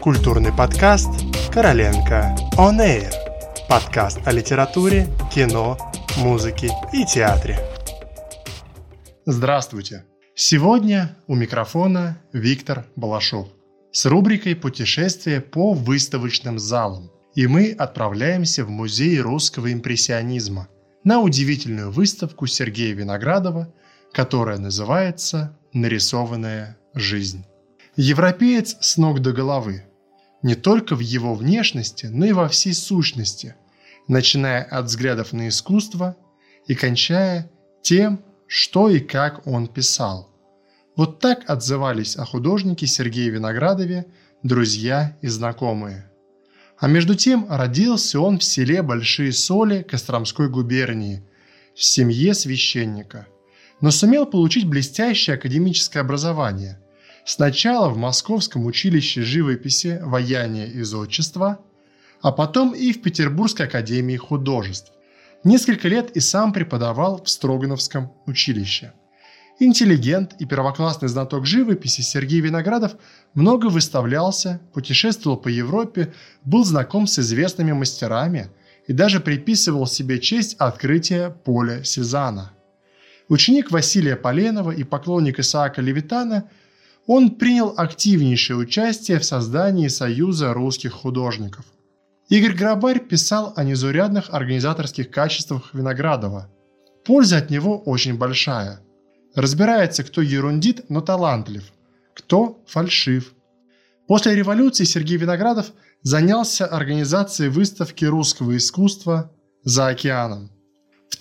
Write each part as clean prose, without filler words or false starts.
Культурный подкаст «Короленко On Air». Подкаст о литературе, кино, музыке и театре. Здравствуйте! Сегодня у микрофона Виктор Балашов с рубрикой «Путешествие по выставочным залам». И мы отправляемся в Музей русского импрессионизма на удивительную выставку Сергея Виноградова, которая называется «Нарисованная жизнь». Европеец с ног до головы, не только в его внешности, но и во всей сущности, начиная от взглядов на искусство и кончая тем, что и как он писал. Вот так отзывались о художнике Сергее Виноградове друзья и знакомые. А между тем родился он в селе Большие Соли Костромской губернии, в семье священника, но сумел получить блестящее академическое образование. Сначала в Московском училище живописи, ваяния и зодчества, а потом и в Петербургской академии художеств. Несколько лет и сам преподавал в Строгановском училище. Интеллигент и первоклассный знаток живописи Сергей Виноградов много выставлялся, путешествовал по Европе, был знаком с известными мастерами и даже приписывал себе честь открытия поля Сезанна. Ученик Василия Поленова и поклонник Исаака Левитана, он принял активнейшее участие в создании Союза русских художников. Игорь Грабарь писал о незаурядных организаторских качествах Виноградова. Польза от него очень большая. Разбирается, кто ерундит, но талантлив, кто фальшив. После революции Сергей Виноградов занялся организацией выставки русского искусства «За океаном». В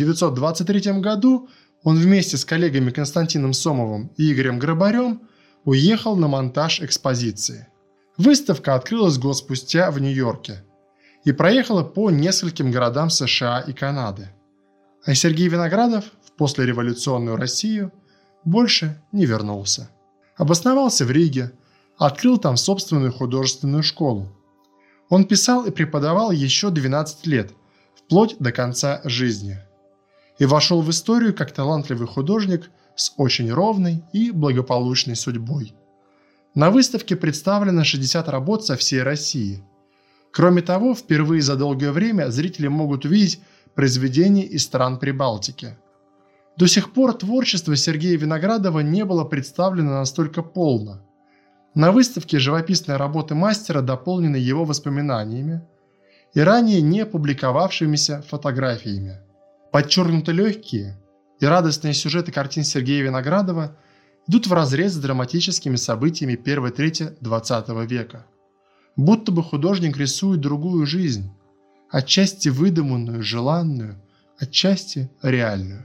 1923 году он вместе с коллегами Константином Сомовым и Игорем Грабарем уехал на монтаж экспозиции. Выставка открылась год спустя в Нью-Йорке и проехала по нескольким городам США и Канады. А Сергей Виноградов в послереволюционную Россию больше не вернулся. Обосновался в Риге, открыл там собственную художественную школу. Он писал и преподавал еще 12 лет, вплоть до конца жизни. И вошел в историю как талантливый художник с очень ровной и благополучной судьбой. На выставке представлено 60 работ со всей России. Кроме того, впервые за долгое время зрители могут увидеть произведения из стран Прибалтики. До сих пор творчество Сергея Виноградова не было представлено настолько полно. На выставке живописные работы мастера дополнены его воспоминаниями и ранее не публиковавшимися фотографиями. Подчеркнуто легкие и радостные сюжеты картин Сергея Виноградова идут вразрез с драматическими событиями первой трети XX века. Будто бы художник рисует другую жизнь, отчасти выдуманную, желанную, отчасти реальную.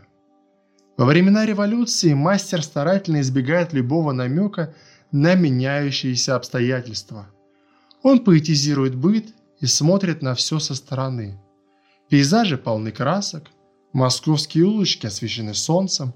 Во времена революции мастер старательно избегает любого намека на меняющиеся обстоятельства. Он поэтизирует быт и смотрит на все со стороны. Пейзажи полны красок, московские улочки освещены солнцем,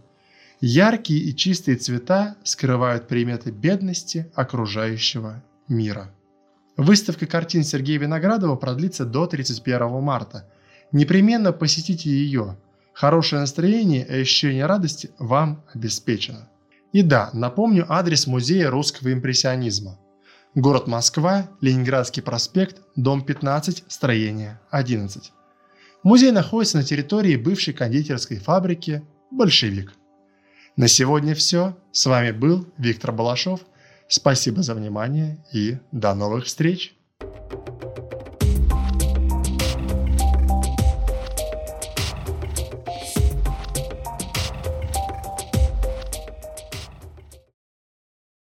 яркие и чистые цвета скрывают приметы бедности окружающего мира. Выставка картин Сергея Виноградова продлится до 31 марта. Непременно посетите ее. Хорошее настроение и ощущение радости вам обеспечено. И да, напомню адрес Музея русского импрессионизма. Город Москва, Ленинградский проспект, дом 15, строение 11. Музей находится на территории бывшей кондитерской фабрики «Большевик». На сегодня все. С вами был Виктор Балашов. Спасибо за внимание и до новых встреч!